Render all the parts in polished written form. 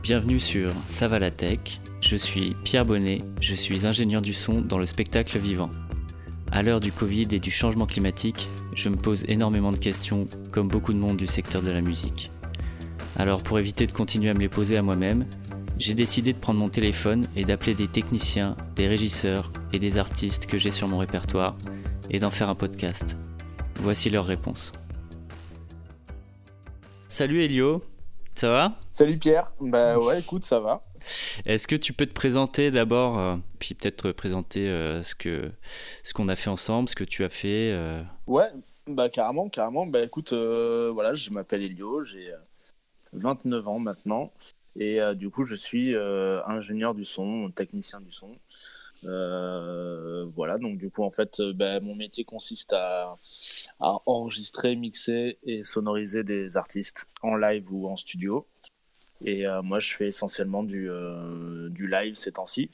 Bienvenue sur Ça va la tech, je suis Pierre Bonnet, je suis ingénieur du son dans le spectacle vivant. À l'heure du Covid et du changement climatique, je me pose énormément de questions, comme beaucoup de monde du secteur de la musique. Alors pour éviter de continuer à me les poser à moi-même, j'ai décidé de prendre mon téléphone et d'appeler des techniciens, des régisseurs et des artistes que j'ai sur mon répertoire et d'en faire un podcast. Voici leurs réponses. Salut Elio, ça va ? Salut Pierre, bah ouais écoute ça va. Est-ce que tu peux te présenter d'abord, puis peut-être présenter ce qu'on a fait ensemble, ce que tu as fait Ouais, bah carrément, bah écoute, voilà, je m'appelle Elio, j'ai 29 ans maintenant, et du coup je suis ingénieur du son, technicien du son. Voilà, donc du coup en fait, mon métier consiste à enregistrer, mixer et sonoriser des artistes en live ou en studio. Et moi, je fais essentiellement du live ces temps-ci,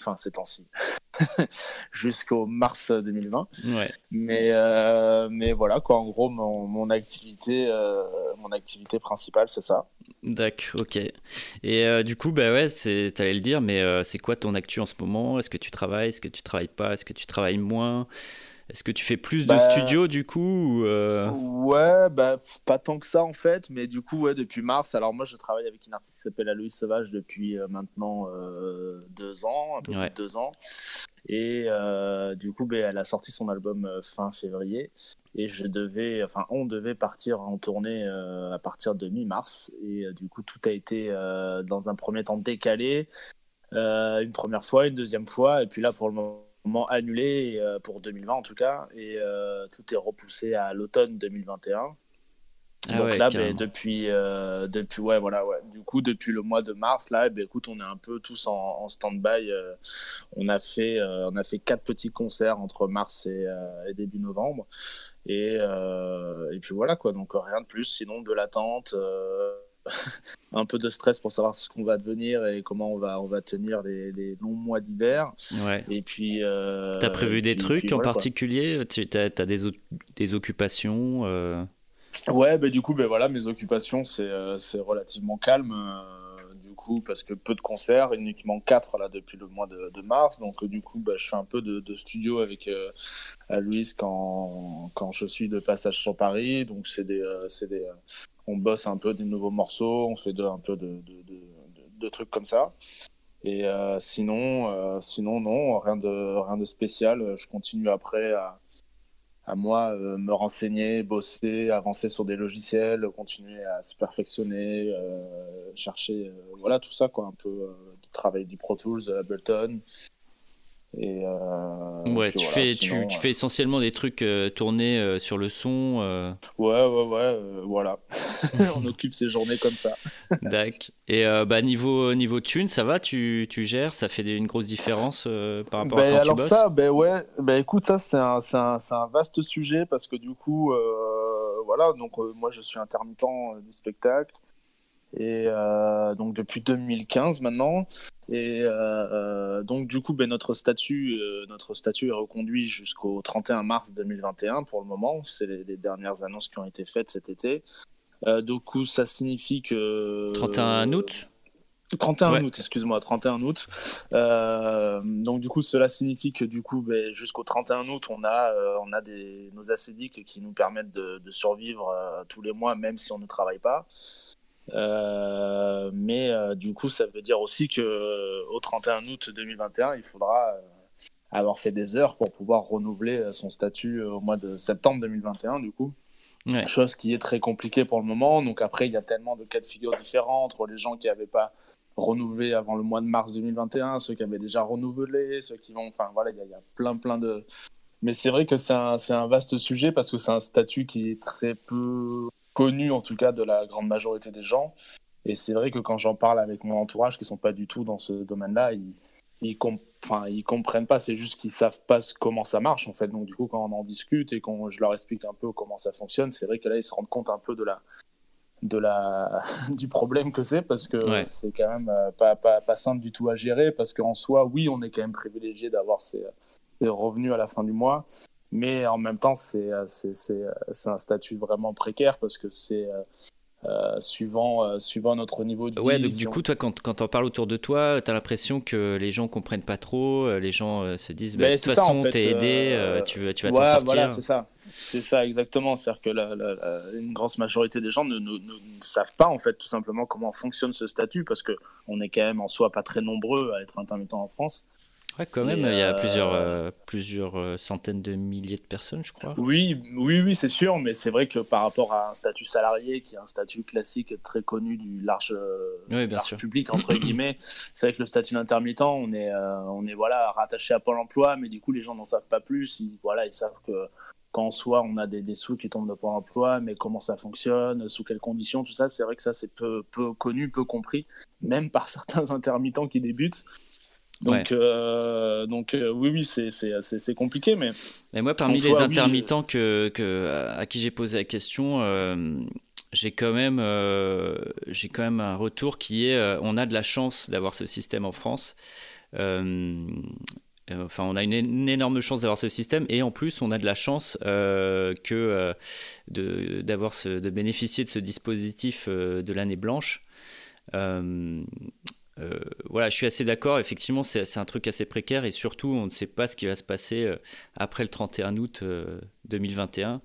jusqu'au mars 2020. Ouais. Mais voilà, quoi, en gros, mon activité principale, c'est ça. D'accord, ok. Et du coup, bah ouais, t'allais le dire, mais c'est quoi ton actu en ce moment ? Est-ce que tu travailles ? Est-ce que tu travailles pas ? Est-ce que tu travailles moins ? Est-ce que tu fais plus de Bah, studio du coup ouais, bah, pas tant que ça en fait, mais du coup, ouais, depuis mars. Alors, moi, je travaille avec une artiste qui s'appelle Aloïs Sauvage depuis maintenant 2 ans, un peu plus Ouais. de 2 ans. Et du coup, elle a sorti son album fin février. Et on devait partir en tournée à partir de mi-mars. Et du coup, tout a été dans un premier temps décalé, une première fois, une deuxième fois. Et puis là, pour le moment, annulé pour 2020 en tout cas. Et tout est repoussé à l'automne 2021. Ah Donc ouais, là, carrément. ouais, voilà, ouais. Du coup, depuis le mois de mars, là, écoute, on est un peu tous en stand-by. On a fait 4 petits concerts entre mars et début novembre. Et puis voilà, quoi. Donc rien de plus, sinon de l'attente, un peu de stress pour savoir ce qu'on va devenir et comment on va tenir les longs mois d'hiver. Ouais. Et puis, T'as prévu des puis trucs en voilà, quoi. particulier ? T'as des occupations Ouais, du coup, voilà, mes occupations, c'est relativement calme. Du coup, parce que peu de concerts, uniquement 4 là depuis le mois de mars. Donc, du coup, je fais un peu de studio avec Louise quand je suis de passage sur Paris. Donc, on bosse un peu des nouveaux morceaux, on fait un peu de trucs comme ça. Et sinon, non, rien de spécial. Je continue après à moi me renseigner, bosser, avancer sur des logiciels, continuer à se perfectionner, chercher, voilà, tout ça, quoi, un peu de travail du Pro Tools, Ableton. Et Ouais, puis voilà, tu sinon, fais essentiellement des trucs tournés sur le son. ouais, voilà. On occupe ces journées comme ça. Dac. Et niveau thune, ça va, tu gères, ça fait une grosse différence par rapport à quand tu Alors bosses? ça, ouais, écoute, ça c'est un vaste sujet parce que du coup, voilà, donc moi je suis intermittent du spectacle. Et donc depuis 2015 maintenant. Et donc du coup, notre statut est reconduit jusqu'au 31 mars 2021 pour le moment. C'est les dernières annonces qui ont été faites cet été. Du coup, ça signifie que 31 août? 31 Ouais. août, excuse-moi, 31 août. Donc du coup, cela signifie que du coup, jusqu'au 31 août, on a nos acédiques qui nous permettent de survivre tous les mois, même si on ne travaille pas. Mais du coup, ça veut dire aussi que au 31 août 2021, il faudra avoir fait des heures pour pouvoir renouveler son statut au mois de septembre 2021, du coup. Ouais. Chose qui est très compliquée pour le moment. Donc après, il y a tellement de cas de figure différents entre les gens qui n'avaient pas renouvelé avant le mois de mars 2021, ceux qui avaient déjà renouvelé, ceux qui vont... Enfin voilà, il y a plein de... Mais c'est vrai que c'est un vaste sujet parce que c'est un statut qui est très peu connu, en tout cas de la grande majorité des gens. Et c'est vrai que quand j'en parle avec mon entourage, qui ne sont pas du tout dans ce domaine-là, ils comprennent pas, c'est juste qu'ils savent pas comment ça marche, en fait. Donc du coup, quand on en discute et quand je leur explique un peu comment ça fonctionne, c'est vrai que là, ils se rendent compte un peu du problème que c'est, parce que Ouais. c'est quand même pas simple du tout à gérer, parce qu'en soi, oui, on est quand même privilégié d'avoir ces revenus à la fin du mois, mais en même temps, c'est un statut vraiment précaire, parce que suivant notre niveau de Ouais, vie. donc du coup, toi, quand t'en parles autour de toi, t'as l'impression que les gens comprennent pas trop, les gens se disent, bah, de Ben, toute c'est ça en façon, fait. t'es aidé, tu vas t'en Ouais, voilà, sortir. c'est ça. C'est ça exactement. C'est-à-dire que une grosse majorité des gens ne savent pas en fait tout simplement comment fonctionne ce statut parce que on est quand même en soi pas très nombreux à être intermittent en France. Ouais, quand même, Et il y a plusieurs centaines de milliers de personnes, je crois. oui, oui, oui, c'est sûr, mais c'est vrai que par rapport à un statut salarié, qui est un statut classique très connu du Oui, bien large sûr. public, entre guillemets, c'est vrai que le statut d'intermittent, on est voilà, rattaché à Pôle emploi, mais du coup, les gens n'en savent pas plus. Voilà, ils savent que qu'en soi, on a des sous qui tombent de Pôle emploi, mais comment ça fonctionne, sous quelles conditions, tout ça, c'est vrai que ça, c'est peu connu, peu compris, même par certains intermittents qui débutent. Ouais. Oui, oui, c'est compliqué, mais Mais moi, en parmi les soi, oui. intermittents à qui j'ai posé la question, j'ai quand même un retour qui est, on a de la chance d'avoir ce système en France. Euh, Enfin, on a une énorme chance d'avoir ce système et en plus, on a de la chance de bénéficier de ce dispositif de l'année blanche. Euh, voilà, je suis assez d'accord. Effectivement, c'est un truc assez précaire et surtout, on ne sait pas ce qui va se passer après le 31 août 2021.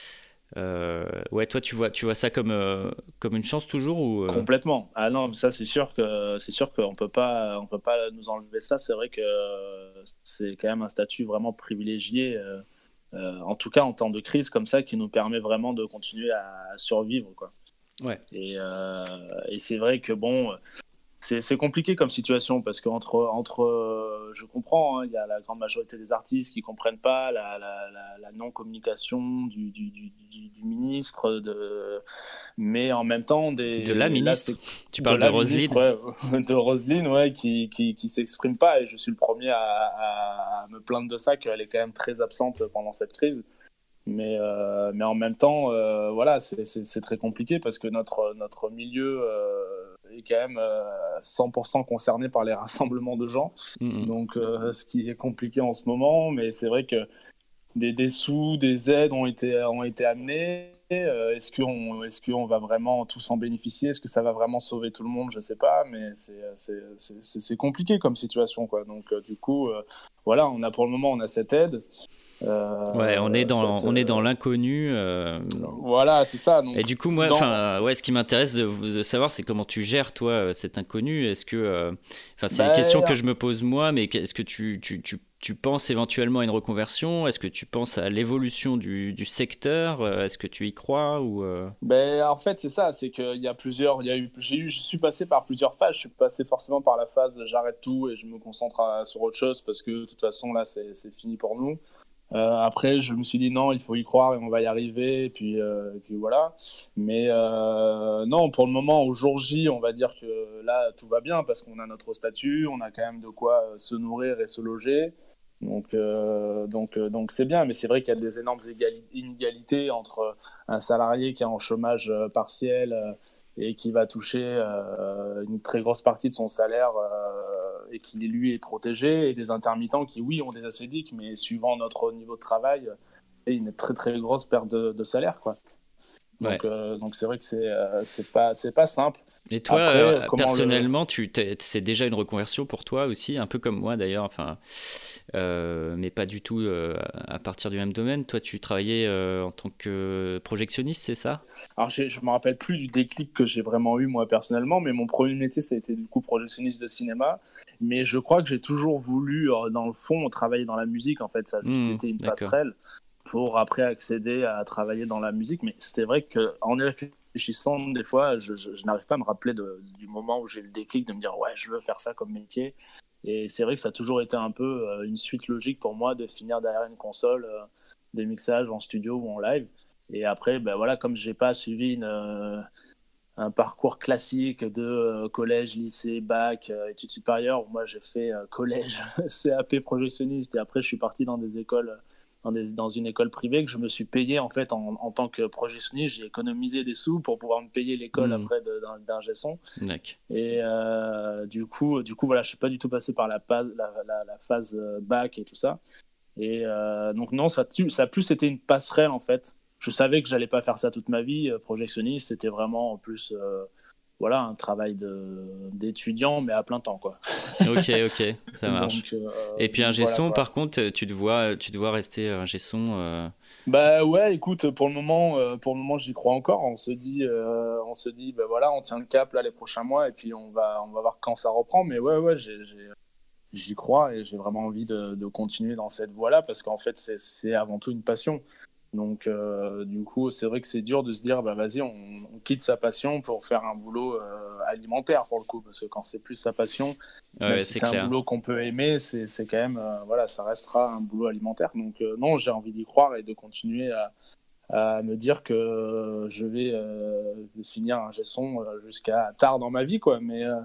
Ouais, toi, tu vois ça comme une chance toujours ou Complètement. Ah non, ça c'est sûr qu'on peut pas nous enlever ça. C'est vrai que c'est quand même un statut vraiment privilégié, en tout cas en temps de crise comme ça, qui nous permet vraiment de continuer à survivre, quoi. Ouais. Et c'est vrai que bon, c'est compliqué comme situation parce que je comprends, hein, il y a la grande majorité des artistes qui comprennent pas la non-communication du ministre, mais en même temps, De la là, ministre. c'est Tu de parles de la ministre, Roselyne. ouais, de Roselyne, ouais, qui s'exprime pas et je suis le premier à me plaindre de ça, qu'elle est quand même très absente pendant cette crise. Mais en même temps, voilà, c'est très compliqué parce que notre milieu est quand même 100% concerné par les rassemblements de gens. Mm, Donc, ce qui est compliqué en ce moment, mais c'est vrai que des sous, des aides ont été amenés. Est-ce qu'on va vraiment tous en bénéficier? Est-ce que ça va vraiment sauver tout le monde? Je sais pas, mais c'est compliqué comme situation, quoi. Donc, du coup, voilà, pour le moment, on a cette aide. ouais, Cette, on est dans l'inconnu. voilà, c'est ça. Et Donc, du coup, moi, enfin, ouais, ce qui m'intéresse de savoir, c'est comment tu gères, toi, cet inconnu. Est-ce que, enfin, c'est une question que ben, je me pose moi, mais est-ce que tu penses éventuellement à une reconversion? Est-ce que tu penses à l'évolution du secteur? Est-ce que tu y crois ou en fait, c'est ça. C'est qu'il y a plusieurs. Je suis passé par plusieurs phases. Je suis passé forcément par la phase j'arrête tout et je me concentre sur autre chose parce que de toute façon, là, c'est fini pour nous. Après, je me suis dit non, il faut y croire et on va y arriver. Et puis voilà. Mais non, pour le moment, au jour J, on va dire que là, tout va bien parce qu'on a notre statut, on a quand même de quoi se nourrir et se loger. Donc c'est bien, mais c'est vrai qu'il y a des énormes inégalités entre un salarié qui est en chômage partiel et qui va toucher une très grosse partie de son salaire et qui lui est protégé, et des intermittents qui, oui, ont des assédiques, mais suivant notre niveau de travail, c'est une très très grosse perte de salaire, quoi. ouais. Donc c'est vrai que c'est pas simple. Et toi, Après, comment le personnellement, c'est déjà une reconversion pour toi aussi, un peu comme moi d'ailleurs, enfin, mais pas du tout à partir du même domaine. Toi, tu travaillais en tant que projectionniste, c'est ça? Alors, je me rappelle plus du déclic que j'ai vraiment eu moi personnellement, mais mon premier métier, ça a été du coup projectionniste de cinéma. Mais je crois que j'ai toujours voulu, dans le fond, travailler dans la musique. En fait, ça a juste été une D'accord. passerelle pour après accéder à travailler dans la musique. Mais c'était vrai qu'en y réfléchissant, des fois, je n'arrive pas à me rappeler du moment où j'ai eu le déclic de me dire ouais, je veux faire ça comme métier. Et c'est vrai que ça a toujours été un peu une suite logique pour moi de finir derrière une console de mixage en studio ou en live. Et après, ben voilà, comme j'ai pas suivi un parcours classique de collège, lycée, bac, études supérieures, moi j'ai fait collège, CAP projectionniste, et après je suis parti dans des écoles, dans une école privée que je me suis payé en fait en tant que projectionniste. J'ai économisé des sous pour pouvoir me payer l'école après d'ingé son. Et du coup, voilà, je suis pas du tout passé par la phase bac et tout ça. Et donc non, ça a plus été une passerelle en fait je savais que j'allais pas faire ça toute ma vie. Projectionniste, c'était vraiment en plus voilà, un travail d'étudiant, mais à plein temps, quoi. Ok, ça marche. Donc, Et puis donc ingé voilà son, quoi. par contre, tu te vois rester ingé son. Bah ouais, écoute, pour le moment, j'y crois encore. On se dit, bah voilà, on tient le cap là les prochains mois et puis on va voir quand ça reprend. Mais ouais, j'y crois et j'ai vraiment envie de continuer dans cette voie-là parce qu'en fait, c'est avant tout une passion. Donc, du coup, c'est vrai que c'est dur de se dire, bah vas-y, on quitte sa passion pour faire un boulot alimentaire pour le coup, parce que quand c'est plus sa passion, même Ouais, si c'est c'est un clair. boulot qu'on peut aimer, c'est quand même, voilà, ça restera un boulot alimentaire. Donc, non, j'ai envie d'y croire et de continuer à me dire que je vais finir un gesson jusqu'à tard dans ma vie, quoi.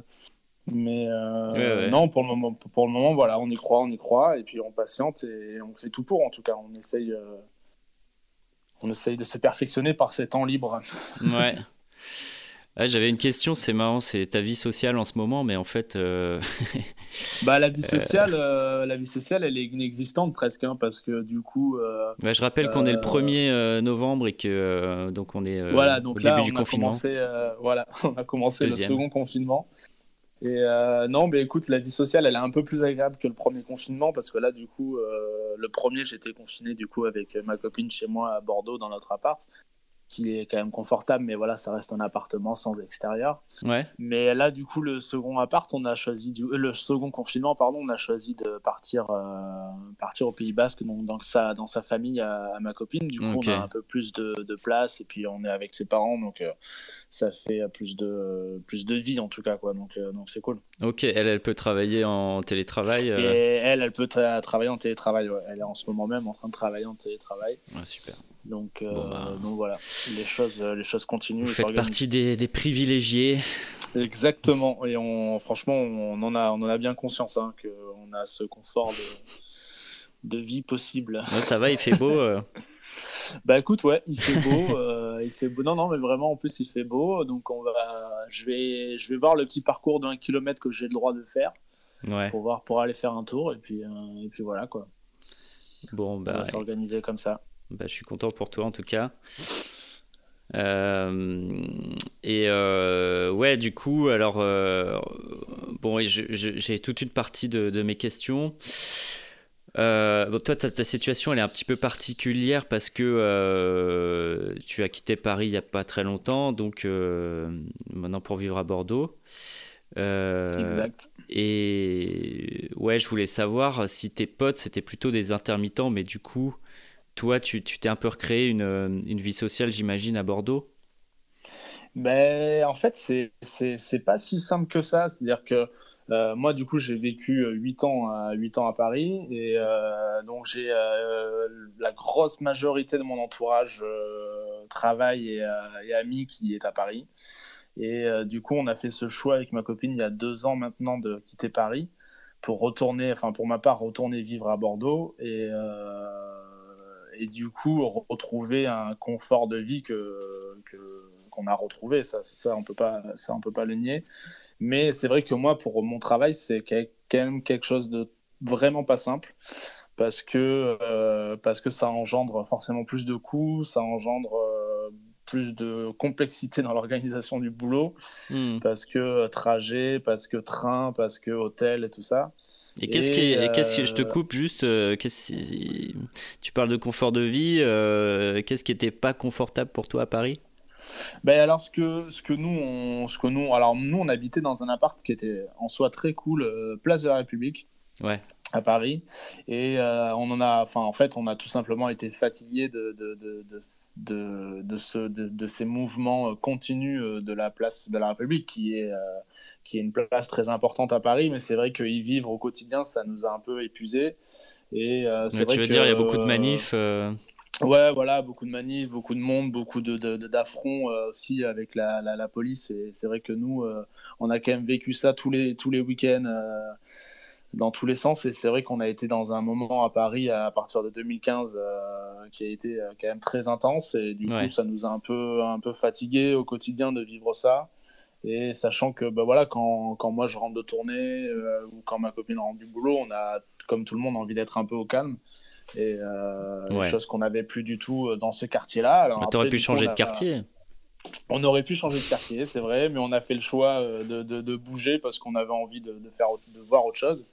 Ouais. Non, pour le moment, voilà, on y croit, et puis on patiente et on fait tout pour, en tout cas, on essaye de se perfectionner par ces temps libres. Ouais. Ah, j'avais une question, c'est marrant, c'est ta vie sociale en ce moment, mais en fait, Bah, la vie sociale, elle est inexistante presque, hein, parce que du coup, je rappelle qu'on est le euh, 1er novembre et que donc on est voilà, au donc début là, du confinement, voilà, on a commencé le deuxième. second confinement. Et non, mais écoute, la vie sociale, elle est un peu plus agréable que le premier confinement, parce que là, du coup, le premier, j'étais confiné du coup avec ma copine chez moi à Bordeaux dans notre appart, qui est quand même confortable, mais voilà, ça reste un appartement sans extérieur. Ouais. Mais là, du coup, le second confinement, pardon, on a choisi de partir au Pays Basque, donc dans sa famille à ma copine. Du coup, on Ok. a un peu plus de place et puis on est avec ses parents, donc ça fait plus de vie en tout cas, quoi. Donc c'est cool. Ok, elle peut travailler en télétravail. Et elle peut travailler en télétravail. Ouais. Elle est en ce moment même en train de travailler en télétravail. Ouais, super. Bon Donc voilà, les choses vous continuent et faites partie s'organisent. des privilégiés. Exactement. Et franchement, on en a bien conscience, hein, qu'on a ce confort de vie possible. Ouais, ça va, il fait beau. Bah écoute, ouais, il fait beau, il fait beau. Non, non, mais vraiment, en plus, il fait beau. Donc je vais voir le petit parcours d'1 kilomètre que j'ai le droit de faire Ouais. pour aller faire un tour. Et puis voilà, quoi. Bon, On va s'organiser comme ça. je suis content pour toi en tout cas. Ouais, du coup, alors, bon, j'ai toute une partie de mes questions. Bon, toi, ta situation, elle est un petit peu particulière parce que tu as quitté Paris il n'y a pas très longtemps, donc maintenant pour vivre à Bordeaux. Euh, Exact. et ouais, je voulais savoir si tes potes, c'était plutôt des intermittents, mais du coup, toi, tu t'es un peu recréé une vie sociale, j'imagine, à Bordeaux. Ben, en fait, c'est pas si simple que ça. C'est-à-dire que moi, du coup, j'ai vécu 8 ans à Paris. Et donc, j'ai la grosse majorité de mon entourage travail et amis qui est à Paris. Et du coup, on a fait ce choix avec ma copine il y a 2 ans maintenant de quitter Paris pour retourner, enfin pour ma part, retourner vivre à Bordeaux et du coup retrouver un confort de vie qu'on a retrouvé. Ça on peut pas le nier. Mais c'est vrai que moi, pour mon travail, c'est quand même quelque chose de vraiment pas simple parce que ça engendre forcément plus de coûts, ça engendre plus de complexité dans l'organisation du boulot, Hmm. parce que trajet, parce que train, parce que hôtel et tout ça. Et qu'est-ce que je te coupe juste tu parles de confort de vie, qu'est-ce qui était pas confortable pour toi à Paris? Ben alors alors nous on habitait dans un appart qui était en soi très cool, place de la République Ouais. à Paris, et en fait on a tout simplement été fatigué de ces mouvements continus de la place de la République qui est une place très importante à Paris, mais c'est vrai qu'y vivre au quotidien ça nous a un peu épuisés. Et c'est Ouais, tu vrai veux que dire, il y a beaucoup de manifs. ouais, voilà, beaucoup de manifs, beaucoup de monde, beaucoup d'affronts aussi avec la police. Et c'est vrai que nous, on a quand même vécu ça tous les week-ends dans tous les sens. Et c'est vrai qu'on a été dans un moment à Paris à partir de 2015 qui a été quand même très intense. Et du coup, Ouais. ça nous a un peu fatigués au quotidien de vivre ça. Et sachant que bah voilà, quand moi je rentre de tournée ou quand ma copine rentre du boulot, on a, comme tout le monde, envie d'être un peu au calme. et Ouais. chose qu'on n'avait plus du tout dans ce quartier-là. Alors Bah, t'aurais après, pu du coup, changer de quartier. on aurait pu changer de quartier, c'est vrai, mais on a fait le choix de bouger parce qu'on avait envie de voir autre chose.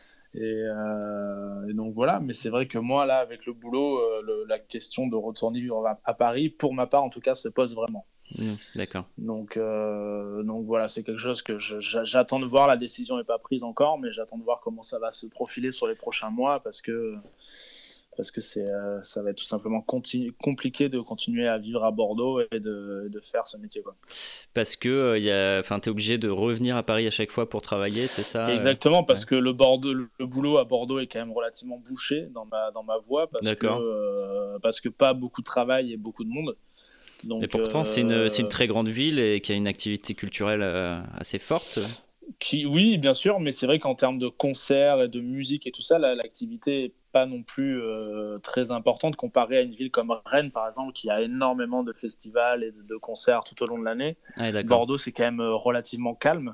Et donc voilà, mais c'est vrai que moi, là, avec le boulot, la question de retourner vivre à Paris, pour ma part en tout cas, se pose vraiment. D'accord. Donc voilà, c'est quelque chose que j'attends de voir. La décision n'est pas prise encore, mais j'attends de voir comment ça va se profiler sur les prochains mois parce que ça va être tout simplement compliqué de continuer à vivre à Bordeaux et de faire ce métier, quoi. Parce que t'es obligé de revenir à Paris à chaque fois pour travailler, c'est ça Exactement, parce Ouais. que le boulot à Bordeaux est quand même relativement bouché dans ma voie, D'accord. parce que pas beaucoup de travail et beaucoup de monde. Et Donc, pourtant, c'est une très grande ville et qui a une activité culturelle assez forte. oui, bien sûr, mais c'est vrai qu'en termes de concerts et de musique et tout ça, l'activité n'est pas non plus très importante comparée à une ville comme Rennes, par exemple, qui a énormément de festivals et de concerts tout au long de l'année. Ah, d'accord. Bordeaux, c'est quand même relativement calme.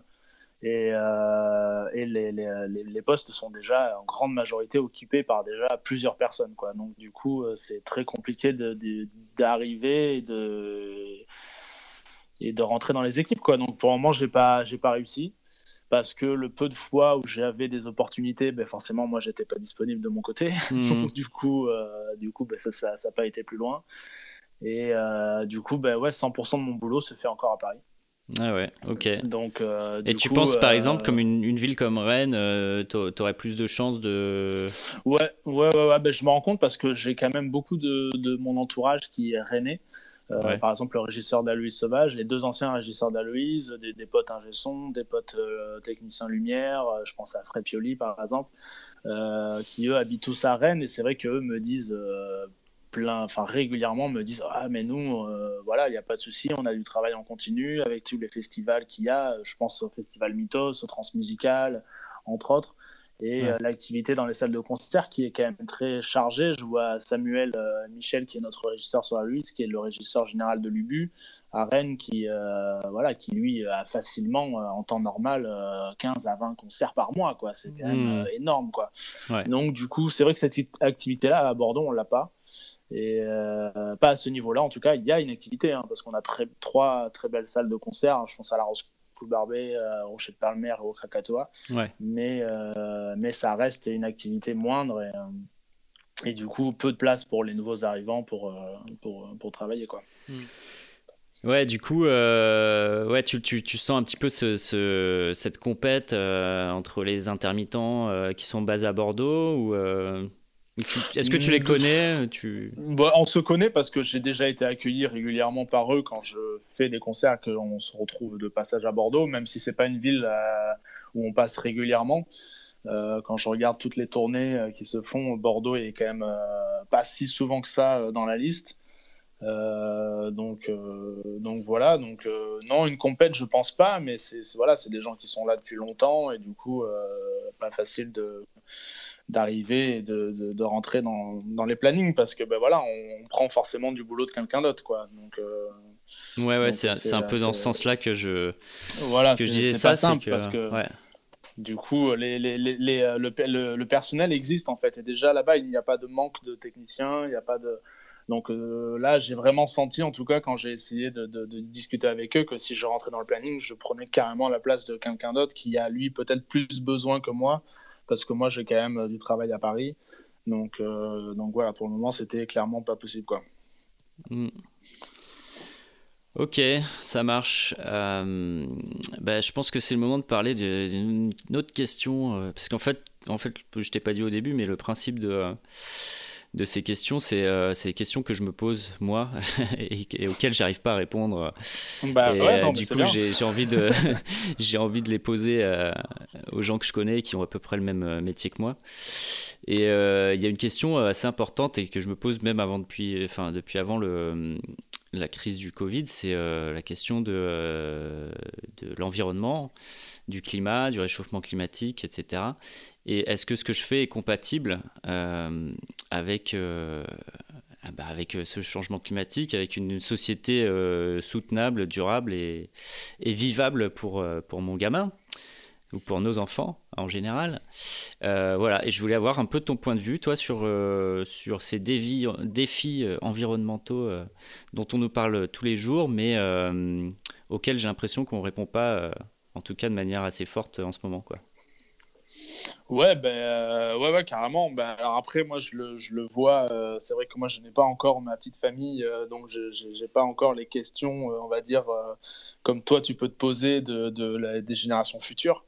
Et les postes sont déjà en grande majorité occupés par déjà plusieurs personnes, quoi. Donc du coup, c'est très compliqué d'arriver et de rentrer dans les équipes, quoi. Donc pour le moment, j'ai pas réussi parce que le peu de fois où j'avais des opportunités, ben forcément moi j'étais pas disponible de mon côté. Donc du coup ben, ça n'a pas été plus loin. Et du coup, ben ouais, 100% de mon boulot se fait encore à Paris. Ah ouais, ok. Donc, Et tu penses par exemple comme une ville comme Rennes, t'aurais plus de chances de... ouais, ben, je me rends compte parce que j'ai quand même beaucoup de mon entourage qui est rennais. Ouais. Par exemple, le régisseur d'Aloïse Sauvage, les deux anciens régisseurs d'Aloïse, des potes ingé son, des potes techniciens lumière, je pense à Fred Pioli par exemple, qui eux habitent tous à Rennes, et c'est vrai qu'eux me disent régulièrement me disent ah mais nous voilà, il n'y a pas de souci, on a du travail en continu avec tous les festivals qu'il y a, je pense au festival Mythos, au Transmusical entre autres, et Ouais. l'activité dans les salles de concert qui est quand même très chargée. Je vois Samuel Michel, qui est notre régisseur sur la Louise, qui est le régisseur général de l'UBU à Rennes, qui lui a facilement en temps normal 15 à 20 concerts par mois, quoi. C'est quand même énorme, quoi. Ouais. Donc du coup, c'est vrai que cette activité-là à Bordeaux, on l'a pas. Et pas à ce niveau-là, en tout cas. Il y a une activité, hein, parce qu'on a trois très belles salles de concert. Je pense à la Rose Barbet, au Rocher de Palmer et au Krakatoa. Ouais. Mais ça reste une activité moindre et du coup peu de place pour les nouveaux arrivants pour travailler, quoi. Ouais, du coup, ouais, tu sens un petit peu cette compète entre les intermittents qui sont basés à Bordeaux ou est-ce que tu les connais Bah, on se connaît parce que j'ai déjà été accueilli régulièrement par eux quand je fais des concerts, qu'on se retrouve de passage à Bordeaux, même si c'est pas une ville où on passe régulièrement. Quand je regarde toutes les tournées qui se font, Bordeaux est quand même pas si souvent que ça dans la liste. Donc voilà. Donc non, une compète, je pense pas, mais c'est des gens qui sont là depuis longtemps et du coup pas facile d'arriver et de rentrer dans les plannings parce que ben voilà, on prend forcément du boulot de quelqu'un d'autre, quoi. Donc ouais, c'est un peu dans ce sens-là que je disais c'est ça, pas simple c'est que parce que ouais. du coup le personnel existe en fait, et déjà là-bas il n'y a pas de manque de techniciens, il n'y a pas de... Donc là j'ai vraiment senti, en tout cas quand j'ai essayé de discuter avec eux, que si je rentrais dans le planning, je prenais carrément la place de quelqu'un d'autre qui a lui peut-être plus besoin que moi, parce que moi j'ai quand même du travail à Paris. Donc voilà, pour le moment c'était clairement pas possible, quoi. Ok, ça marche. Je pense que c'est le moment de parler d'une autre question, parce qu'en fait, je t'ai pas dit au début, mais le principe de ces questions, c'est des questions que je me pose moi et auxquelles j'arrive pas à répondre. Du coup, j'ai envie de j'ai envie de les poser aux gens que je connais qui ont à peu près le même métier que moi. Et il y a une question assez importante et que je me pose même depuis avant la crise du Covid, c'est la question de l'environnement, du climat, du réchauffement climatique, etc. Et est-ce que ce que je fais est compatible avec ce changement climatique, avec une société soutenable, durable et vivable pour mon gamin, ou pour nos enfants en général. Voilà, et je voulais avoir un peu ton point de vue, toi, sur ces défis environnementaux dont on nous parle tous les jours, mais auxquels j'ai l'impression qu'on ne répond pas, en tout cas de manière assez forte en ce moment, quoi. Ouais, ouais, carrément. Ben, alors après, moi, je le vois. C'est vrai que moi, je n'ai pas encore ma petite famille, donc j'ai pas encore les questions, on va dire, comme toi, tu peux te poser des générations futures.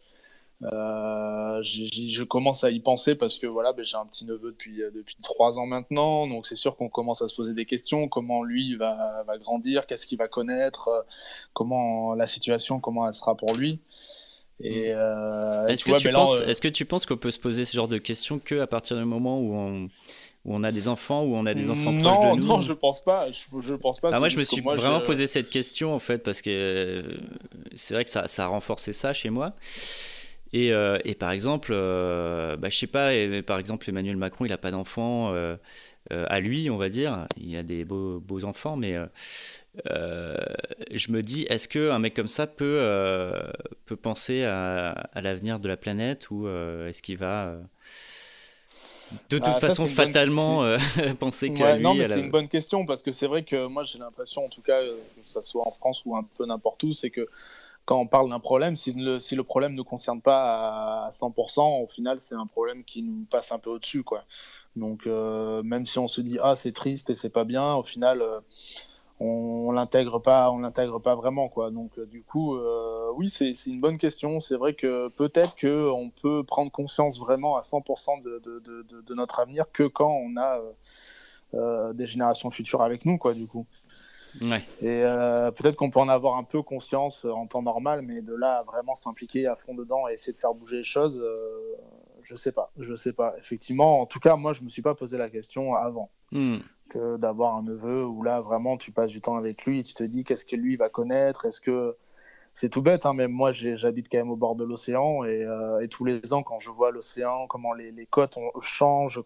Je commence à y penser parce que voilà, ben, j'ai un petit neveu depuis 3 ans maintenant, donc c'est sûr qu'on commence à se poser des questions. Comment lui va grandir, qu'est-ce qu'il va connaître, comment la situation, comment elle sera pour lui. Et tu vois, ben là, Est-ce que tu penses qu'on peut se poser ce genre de questions que à partir du moment où on a des enfants, où on a des enfants proches de nous? Non, je pense pas. Je pense pas. Bah C'est moi, je me juste que suis moi, vraiment posé cette question en fait parce que c'est vrai que ça a renforcé ça chez moi. Et par exemple, bah, je sais pas, par exemple, Emmanuel Macron, il a pas d'enfant à lui, on va dire. Il a des beaux enfants, mais euh, je me dis, est-ce qu'un mec comme ça peut penser à l'avenir de la planète ou est-ce qu'il va de toute ça, façon c'est une bonne. fatalement penser qu'à Ouais, non, lui mais à c'est la... une bonne question parce que c'est vrai que moi, j'ai l'impression, en tout cas, que ça soit en France ou un peu n'importe où, c'est que quand on parle d'un problème, si le problème ne nous concerne pas à 100%, au final, c'est un problème qui nous passe un peu au-dessus, quoi. Donc, même si on se dit, ah, c'est triste et c'est pas bien, au final, on l'intègre pas vraiment, quoi. Donc, du coup, oui, c'est une bonne question. C'est vrai que peut-être qu'on peut prendre conscience vraiment à 100% de notre avenir que quand on a des générations futures avec nous, quoi, du coup. Ouais. Et peut-être qu'on peut en avoir un peu conscience en temps normal, mais de là à vraiment s'impliquer à fond dedans et essayer de faire bouger les choses, je sais pas. Je sais pas. Effectivement, en tout cas, moi, je me suis pas posé la question avant que d'avoir un neveu où là, vraiment, tu passes du temps avec lui et tu te dis qu'est-ce que lui va connaître. Est-ce que c'est tout bête, hein, mais moi, j'habite quand même au bord de l'océan et tous les ans, quand je vois l'océan, comment les côtes changent,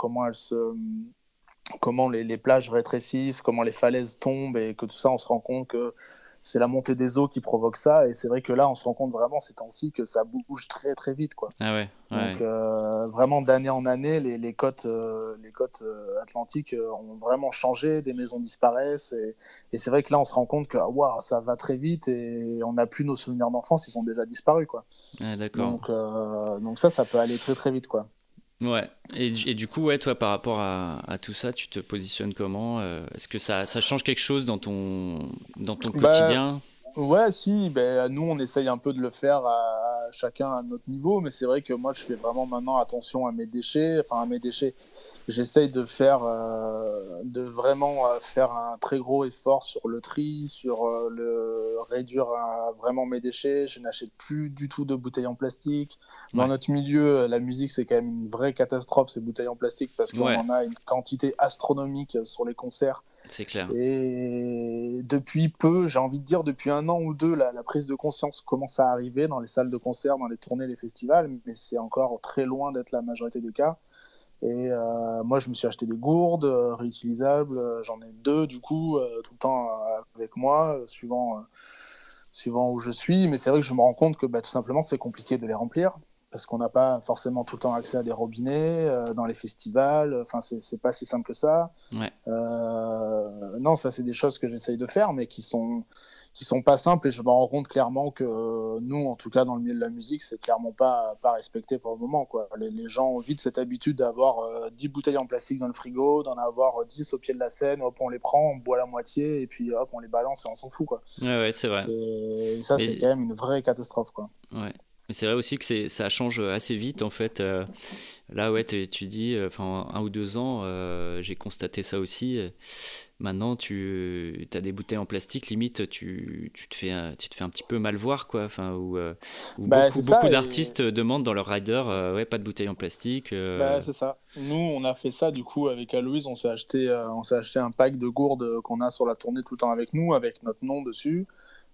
comment les plages rétrécissent, comment les falaises tombent et que tout ça, on se rend compte que c'est la montée des eaux qui provoque ça. Et c'est vrai que là, on se rend compte vraiment ces temps-ci que ça bouge très très vite, quoi. Ah ouais, ouais. Donc vraiment d'année en année, les côtes atlantiques ont vraiment changé, des maisons disparaissent et c'est vrai que là, on se rend compte que wow, ça va très vite et on n'a plus nos souvenirs d'enfance, ils sont déjà disparus, quoi. Ah, d'accord. Donc ça peut aller très très vite, quoi. Ouais. Et du coup, ouais, toi, par rapport à tout ça, tu te positionnes comment? Est-ce que ça change quelque chose dans ton Bah, quotidien? ouais, si, ben, nous on essaye un peu de le faire à chacun à notre niveau, mais c'est vrai que moi je fais vraiment maintenant attention à mes déchets, enfin à mes déchets. J'essaye de vraiment faire un très gros effort sur le tri, sur le réduire vraiment mes déchets. Je n'achète plus du tout de bouteilles en plastique. Dans Ouais. notre milieu, la musique c'est quand même une vraie catastrophe ces bouteilles en plastique parce qu'on Ouais, en a une quantité astronomique sur les concerts. c'est clair. Et depuis peu, j'ai envie de dire depuis 1 an ou deux, la prise de conscience commence à arriver dans les salles de concert, dans les tournées, les festivals, mais c'est encore très loin d'être la majorité des cas. Et moi, je me suis acheté des gourdes réutilisables. J'en ai 2 du coup, tout le temps avec moi, suivant où je suis. Mais c'est vrai que je me rends compte que tout simplement, c'est compliqué de les remplir parce qu'on n'a pas forcément tout le temps accès à des robinets dans les festivals. Enfin, c'est pas si simple que ça. Ouais. Non, ça, c'est des choses que j'essaye de faire, mais qui sont pas simples. Et je me rends compte clairement que nous, en tout cas dans le milieu de la musique, c'est clairement pas respecté pour le moment, quoi. Les gens ont vite cette habitude d'avoir 10 bouteilles en plastique dans le frigo, d'en avoir 10 au pied de la scène. Hop, on les prend, on boit la moitié, et puis hop, on les balance et on s'en fout, quoi. Ouais, ouais, c'est vrai. Et ça, c'est Mais, quand même une vraie catastrophe, quoi. ouais. Mais c'est vrai aussi que ça change assez vite en fait. Là, ouais, tu dis, enfin, 1 ou 2 ans, j'ai constaté ça aussi. Maintenant, tu as des bouteilles en plastique, limite, tu te fais un petit peu mal voir, quoi. Enfin, où C'est beaucoup ça, d'artistes demandent dans leur rider, ouais, pas de bouteilles en plastique. c'est ça. Nous, on a fait ça du coup avec Aloïse. On s'est acheté un pack de gourdes qu'on a sur la tournée tout le temps avec nous, avec notre nom dessus.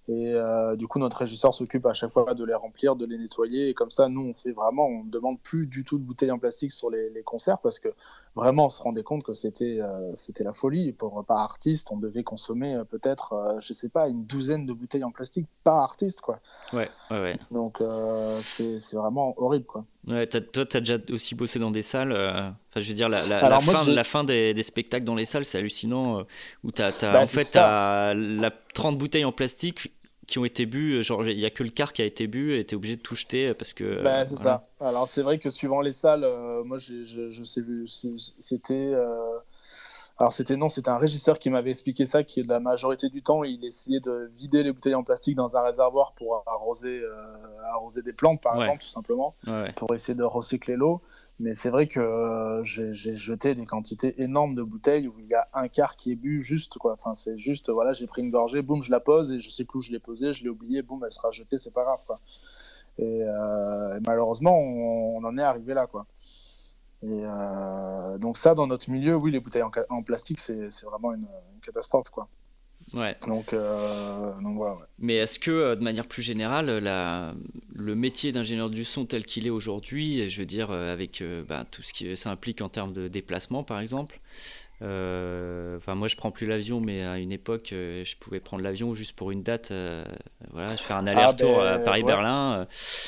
Et du coup, notre régisseur s'occupe à chaque fois de les remplir, de les nettoyer. Et comme ça, nous, on ne demande plus du tout de bouteilles en plastique sur les concerts parce que vraiment, on se rendait compte que c'était la folie. Par artiste, on devait consommer peut-être, je sais pas, une douzaine de bouteilles en plastique par artiste, quoi. Ouais. Donc, c'est vraiment horrible, quoi. Ouais, toi, t'as déjà aussi bossé dans des salles. Enfin, je veux dire, Alors moi, la fin des spectacles dans les salles, c'est hallucinant. Où bah, en c'est fait, ça. t'as 30 bouteilles en plastique qui ont été bues. Genre, il y a que le quart qui a été bu et t'es obligé de tout jeter parce que Bah, c'est voilà. ça. Alors, c'est vrai que suivant les salles, moi, je sais, c'était. Alors, c'était un régisseur qui m'avait expliqué ça, qui, la majorité du temps, il essayait de vider les bouteilles en plastique dans un réservoir pour arroser des plantes, par Ouais, exemple, tout simplement, ouais. pour essayer de recycler l'eau. Mais c'est vrai que j'ai jeté des quantités énormes de bouteilles où il y a un quart qui est bu juste, quoi. Enfin, c'est juste, voilà, j'ai pris une gorgée, boum, je la pose et je sais plus où je l'ai posée, je l'ai oubliée, boum, elle sera jetée, c'est pas grave, quoi. Et malheureusement, on en est arrivé là, quoi. Et donc ça, dans notre milieu, oui, les bouteilles en plastique, c'est vraiment une catastrophe, quoi. Ouais. Donc voilà. Ouais. Mais est-ce que, de manière plus générale, le métier d'ingénieur du son tel qu'il est aujourd'hui, je veux dire, avec tout ce que ça implique en termes de déplacement, par exemple, enfin, moi, je prends plus l'avion, mais à une époque, je pouvais prendre l'avion juste pour une date. Voilà, je fais un Ah aller-retour à ben ouais. Paris-Berlin.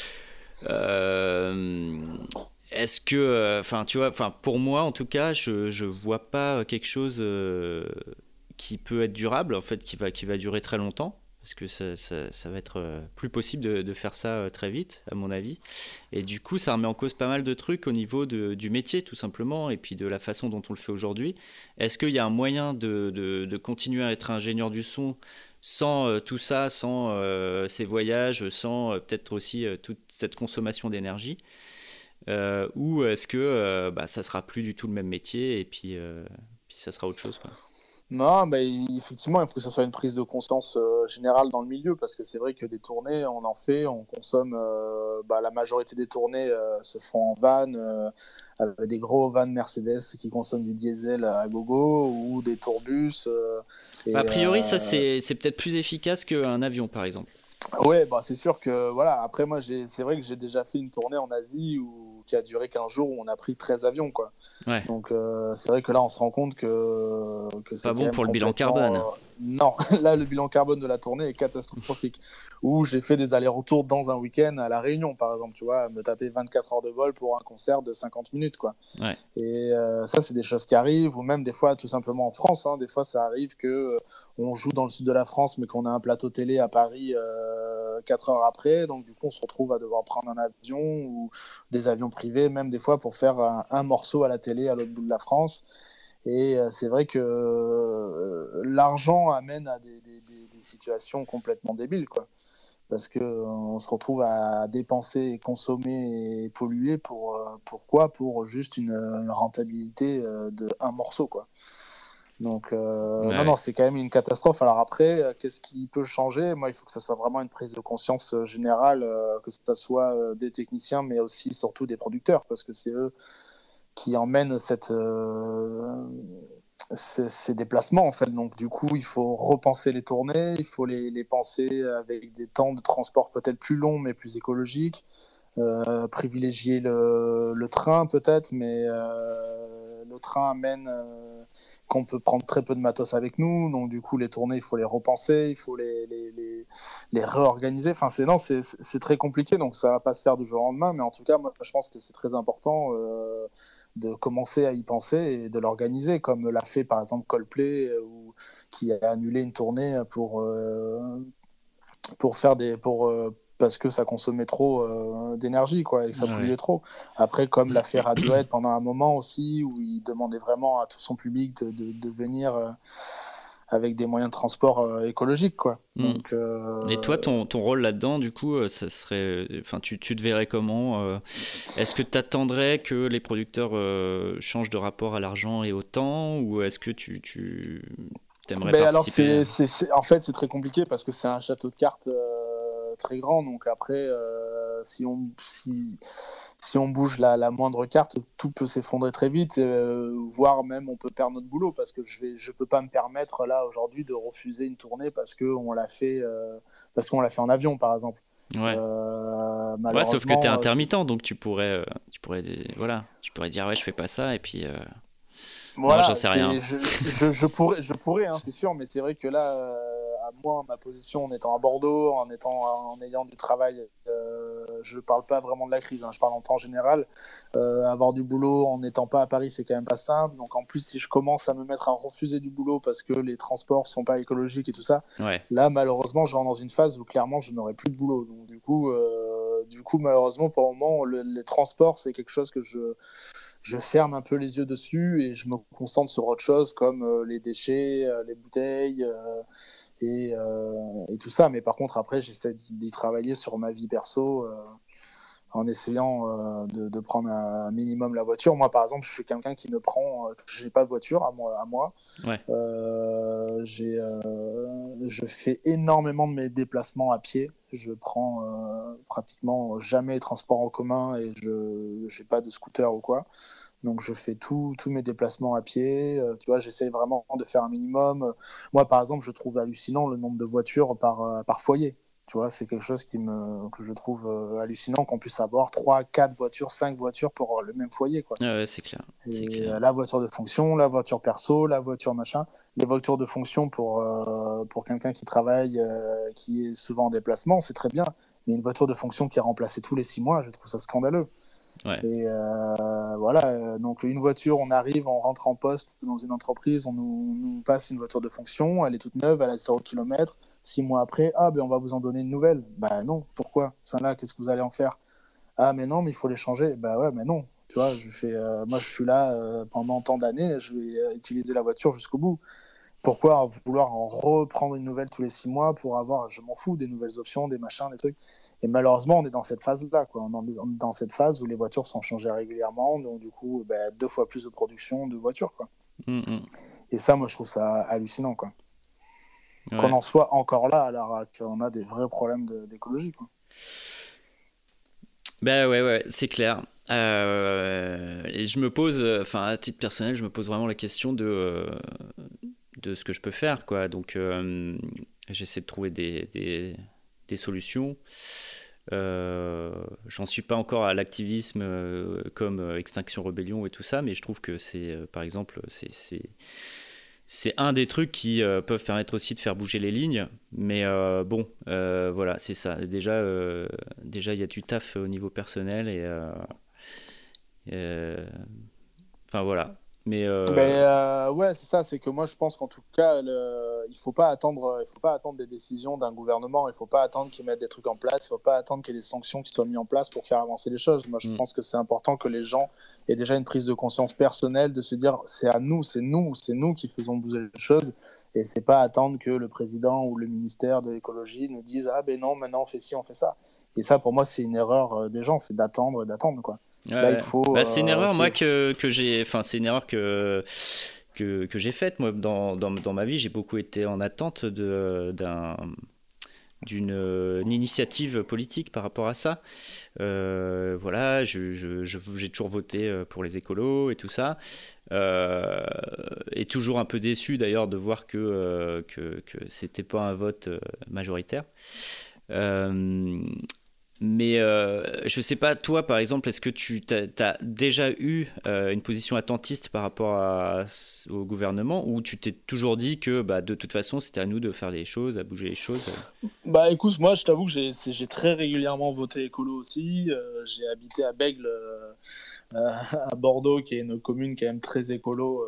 Euh, Est-ce que, enfin, tu vois, enfin, pour moi, en tout cas, je vois pas quelque chose qui peut être durable, en fait, qui va durer très longtemps. Parce que ça va être plus possible de faire ça très vite, à mon avis. Et du coup, ça remet en cause pas mal de trucs au niveau du métier, tout simplement, et puis de la façon dont on le fait aujourd'hui. Est-ce qu'il y a un moyen de continuer à être ingénieur du son sans tout ça, sans ces voyages, sans peut-être aussi toute cette consommation d'énergie, ou est-ce que ça sera plus du tout le même métier et puis ça sera autre chose, quoi. Non, effectivement, il faut que ce soit une prise de conscience générale dans le milieu, parce que c'est vrai que des tournées, on en fait, on consomme, la majorité des tournées se font en van, avec des gros vans Mercedes qui consomment du diesel à gogo, ou des tourbus. A Et priori, ça c'est peut-être plus efficace qu'un avion, par exemple. ouais, c'est sûr que voilà. Après, moi, c'est vrai que j'ai déjà fait une tournée en Asie qui a duré 15 jours où on a pris 13 avions, quoi. Ouais, Donc, c'est vrai que là, on se rend compte que pas c'est quand bon même pour le bilan complètement. carbone. Non, là, le bilan carbone de la tournée est catastrophique. Où j'ai fait des allers-retours dans un week-end à La Réunion, par exemple, tu vois, me taper 24 heures de vol pour un concert de 50 minutes, quoi. Ouais, Et ça, c'est des choses qui arrivent, ou même des fois, tout simplement en France, hein, des fois, ça arrive que on joue dans le sud de la France, mais qu'on a un plateau télé à Paris 4 heures après, donc du coup, on se retrouve à devoir prendre un avion ou des avions privés, même des fois pour faire un morceau à la télé à l'autre bout de la France. Et c'est vrai que l'argent amène à des situations complètement débiles, quoi. Parce qu'on se retrouve à dépenser, consommer et polluer pourquoi? Pour juste une rentabilité de un morceau, quoi. Donc, non, ouais. c'est quand même une catastrophe. Alors après, qu'est-ce qui peut changer? Moi, il faut que ça soit vraiment une prise de conscience générale, que ce soit des techniciens, mais aussi surtout des producteurs, parce que c'est eux qui emmènent ces déplacements, en fait. Donc, du coup, il faut repenser les tournées, il faut les penser avec des temps de transport peut-être plus longs, mais plus écologiques. Privilégier le train, peut-être, mais le train amène qu'on peut prendre très peu de matos avec nous. Donc, du coup, les tournées, il faut les repenser, il faut les réorganiser. Enfin, c'est très compliqué, donc ça va pas se faire du jour au lendemain. Mais en tout cas, moi, je pense que c'est très important de commencer à y penser et de l'organiser, comme l'a fait par exemple Coldplay, qui a annulé une tournée pour faire parce que ça consommait trop d'énergie, quoi, et que ça Ouais. polluait trop. Après, comme l'a fait Radiohead pendant un moment aussi, où il demandait vraiment à tout son public de venir avec des moyens de transport écologiques, quoi. Hmm. Donc, Et toi, ton rôle là-dedans, du coup, ça serait, enfin, tu te verrais comment est-ce que tu attendrais que les producteurs changent de rapport à l'argent et au temps, ou est-ce que tu t'aimerais alors, participer en fait, c'est très compliqué parce que c'est un château de cartes très grand. Donc après, si on bouge la moindre carte, tout peut s'effondrer très vite, voire même on peut perdre notre boulot parce que je peux pas me permettre là aujourd'hui de refuser une tournée parce qu'on l'a fait, en avion par exemple. Ouais. Ouais, sauf que t'es Malheureusement, intermittent, donc voilà, tu pourrais dire ouais, je fais pas ça, et puis non, j'en voilà, sais rien. je pourrais, hein, c'est sûr, mais c'est vrai que là, à moi, ma position en étant à Bordeaux, en ayant du travail, je parle pas vraiment de la crise, hein, je parle en temps général. Avoir du boulot en n'étant pas à Paris, c'est quand même pas simple. Donc en plus, si je commence à me mettre à refuser du boulot parce que les transports sont pas écologiques et tout ça, Ouais. là, malheureusement, je rentre dans une phase où clairement, je n'aurai plus de boulot. Donc du coup, malheureusement, pour le moment, les transports, c'est quelque chose que je ferme un peu les yeux dessus et je me concentre sur autre chose comme les déchets, les bouteilles et tout ça. Mais par contre, après, j'essaie d'y travailler sur ma vie perso en essayant de prendre un minimum la voiture. Moi, par exemple, je suis quelqu'un qui ne prend, j'ai pas de voiture à moi. Ouais. Je fais énormément de mes déplacements à pied. Je prends pratiquement jamais les transports en commun et je n'ai pas de scooter ou quoi. Donc je fais tous mes déplacements à pied. Tu vois, j'essaie vraiment de faire un minimum. Moi, par exemple, je trouve hallucinant le nombre de voitures par foyer. Tu vois, c'est quelque chose que je trouve hallucinant qu'on puisse avoir 3, 4 voitures, 5 voitures pour le même foyer, quoi. Ouais, c'est clair. C'est Et clair. la voiture de fonction, la voiture perso, la voiture machin. Les voitures de fonction pour quelqu'un qui travaille, qui est souvent en déplacement, c'est très bien. Mais une voiture de fonction qui est remplacée tous les 6 mois, je trouve ça scandaleux. Ouais. Et voilà, donc une voiture, on arrive, on rentre en poste dans une entreprise, on nous passe une voiture de fonction, elle est toute neuve, elle a 0 km. 6 mois après, ah ben on va vous en donner une nouvelle. Bah non, pourquoi? Ça là, qu'est-ce que vous allez en faire? Ah mais non, mais il faut les changer. Bah ouais, mais non. Tu vois, moi je suis là pendant tant d'années, je vais utiliser la voiture jusqu'au bout. Pourquoi vouloir en reprendre une nouvelle tous les 6 mois pour avoir, je m'en fous, des nouvelles options, des machins, des trucs. Et malheureusement, on est dans cette phase-là, quoi. On est dans cette phase où les voitures sont changées régulièrement, donc du coup, 2 fois plus de production de voitures, quoi. Et ça, moi, je trouve ça hallucinant, quoi. Ouais. Qu'on en soit encore là, alors qu'on a des vrais problèmes d'écologie, quoi. Ben ouais, c'est clair. Et je me pose, enfin à titre personnel, je me pose vraiment la question de ce que je peux faire, quoi. Donc j'essaie de trouver des solutions. J'en suis pas encore à l'activisme comme Extinction Rebellion et tout ça, mais je trouve que par exemple, c'est un des trucs qui peuvent permettre aussi de faire bouger les lignes. Mais bon, voilà, c'est ça. Déjà, il y a du taf au niveau personnel enfin voilà. Mais ouais, c'est ça. C'est que moi, je pense qu'en tout cas, il faut pas attendre des décisions d'un gouvernement. Il faut pas attendre qu'ils mettent des trucs en place. Il faut pas attendre qu'il y ait des sanctions qui soient mises en place pour faire avancer les choses. Moi, je pense que c'est important que les gens aient déjà une prise de conscience personnelle, de se dire c'est à nous, c'est nous qui faisons bouger les choses. Et c'est pas attendre que le président ou le ministère de l'écologie nous dise ah ben non, maintenant on fait ci, on fait ça. Et ça, pour moi, c'est une erreur des gens, c'est d'attendre, quoi. ouais. Là, il faut. C'est une erreur, moi, que j'ai. Enfin, c'est une erreur que j'ai faite. Moi, dans ma vie, j'ai beaucoup été en attente d'une initiative politique par rapport à ça. Voilà, j'ai toujours voté pour les écolos et tout ça. Et toujours un peu déçu d'ailleurs de voir que c'était pas un vote majoritaire. Mais je sais pas, toi par exemple, est-ce que tu as déjà eu une position attentiste par rapport au gouvernement, ou tu t'es toujours dit que de toute façon c'était à nous de faire les choses, à bouger les choses? Bah écoute, moi je t'avoue que j'ai très régulièrement voté écolo aussi. J'ai habité à Bègles, à Bordeaux, qui est une commune quand même très écolo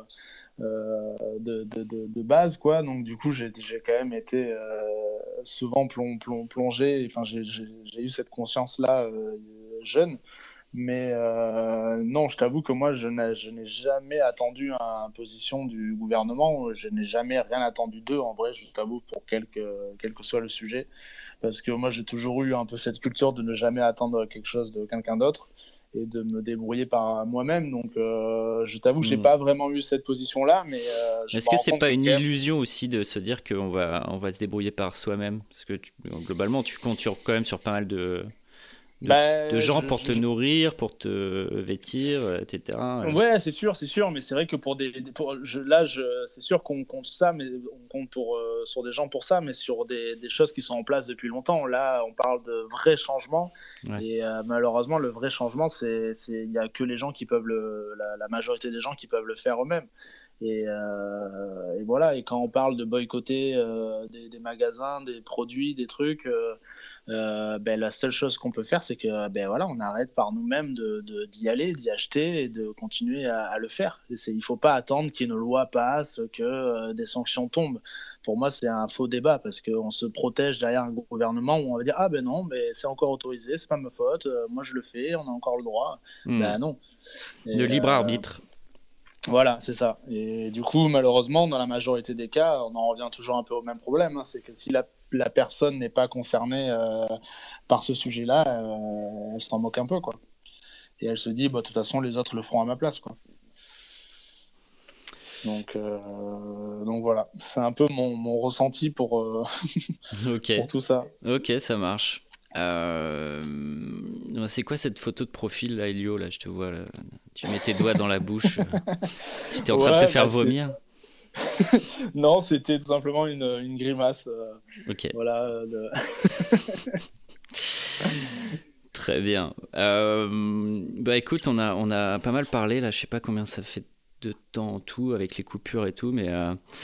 de base, quoi. Donc du coup, j'ai quand même été souvent plongé. Enfin, j'ai eu cette conscience-là jeune. Mais non, je t'avoue que moi, je n'ai jamais attendu une position du gouvernement. Je n'ai jamais rien attendu d'eux, en vrai, je t'avoue, pour quel que soit le sujet. Parce que moi, j'ai toujours eu un peu cette culture de ne jamais attendre quelque chose de quelqu'un d'autre et de me débrouiller par moi-même. Donc, je t'avoue que j'ai pas vraiment eu cette position-là. Mais est-ce que c'est pas une illusion aussi de se dire qu'on va se débrouiller par soi-même? Parce que globalement, tu comptes quand même sur pas mal de gens pour te nourrir, pour te vêtir, etc. Ouais, c'est sûr, mais c'est vrai que c'est sûr qu'on compte ça, mais on compte sur des gens pour ça, mais sur des choses qui sont en place depuis longtemps. Là, on parle de vrais changements, et malheureusement, le vrai changement, il y a que les gens qui peuvent la majorité des gens qui peuvent le faire eux-mêmes. Et voilà. Et quand on parle de boycotter des magasins, des produits, des trucs. La seule chose qu'on peut faire, c'est que voilà, on arrête par nous-mêmes d'y aller, d'y acheter et de continuer à le faire. Il ne faut pas attendre qu'une loi passe, que des sanctions tombent. Pour moi, c'est un faux débat parce qu'on se protège derrière un gouvernement où on va dire ah ben non, c'est encore autorisé, c'est pas ma faute, moi je le fais, on a encore le droit. Ben non. De libre arbitre. Voilà, c'est ça. Et du coup, malheureusement, dans la majorité des cas, on en revient toujours un peu au même problème. C'est que si la personne n'est pas concernée par ce sujet-là, elle s'en moque un peu, quoi. Et elle se dit, de toute façon, les autres le feront à ma place, quoi. Donc voilà, c'est un peu mon ressenti pour tout ça. Ok, ça marche. C'est quoi cette photo de profil là, Elio, là, je te vois là. Tu mets tes doigts dans la bouche. Tu étais en train de te faire vomir. Non, c'était tout simplement une grimace. Ok. Voilà. Très bien. Écoute, on a pas mal parlé là. Je sais pas combien ça fait de temps en tout avec les coupures et tout, mais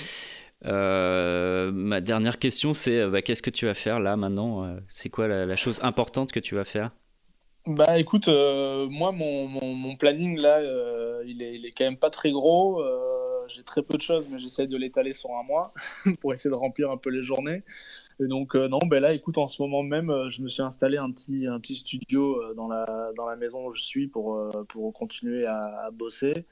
ma dernière question, c'est qu'est-ce que tu vas faire là maintenant c'est quoi la chose importante que tu vas faire? Écoute, moi mon planning là, il est quand même pas très gros. J'ai très peu de choses, mais j'essaie de l'étaler sur un mois pour essayer de remplir un peu les journées. Et donc non, là, écoute, en ce moment même, je me suis installé un petit studio dans la maison où je suis pour continuer à bosser.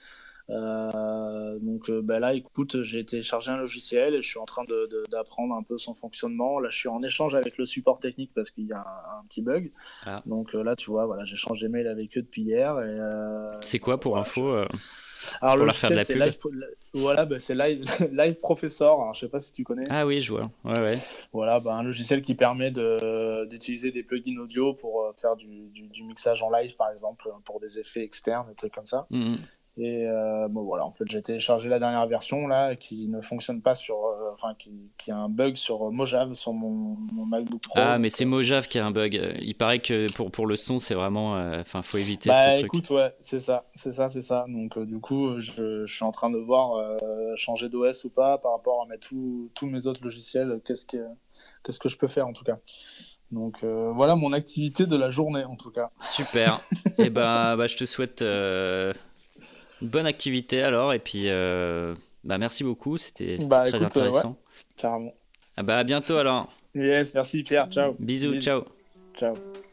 Là, écoute, j'ai téléchargé un logiciel et je suis en train d'apprendre un peu son fonctionnement. Là, je suis en échange avec le support technique parce qu'il y a un petit bug. Donc là, tu vois, voilà, j'échange des mails avec eux depuis hier. C'est quoi pour info Alors, pour leur faire de la pub. c'est Live Professor. Alors, je sais pas si tu connais. Ah oui, je vois. Ouais. Voilà, un logiciel qui permet d'utiliser des plugins audio pour faire du mixage en live, par exemple, pour des effets externes, des trucs comme ça. Mm-hmm. Et voilà, en fait, j'ai téléchargé la dernière version là, qui ne fonctionne pas qui a un bug sur Mojave, sur mon MacBook Pro. Ah, mais c'est Mojave qui a un bug. Il paraît que pour le son, c'est vraiment, faut éviter ce truc. Écoute, ouais, c'est ça. Donc du coup, je suis en train de voir changer d'OS ou pas par rapport à mettre tous mes autres logiciels. Qu'est-ce que je peux faire en tout cas. Donc voilà mon activité de la journée en tout cas. Super. Et je te souhaite bonne activité alors, et puis merci beaucoup, c'était très intéressant. Carrément. À bientôt alors. Yes, merci Pierre, ciao. Bisous. Ciao. Ciao.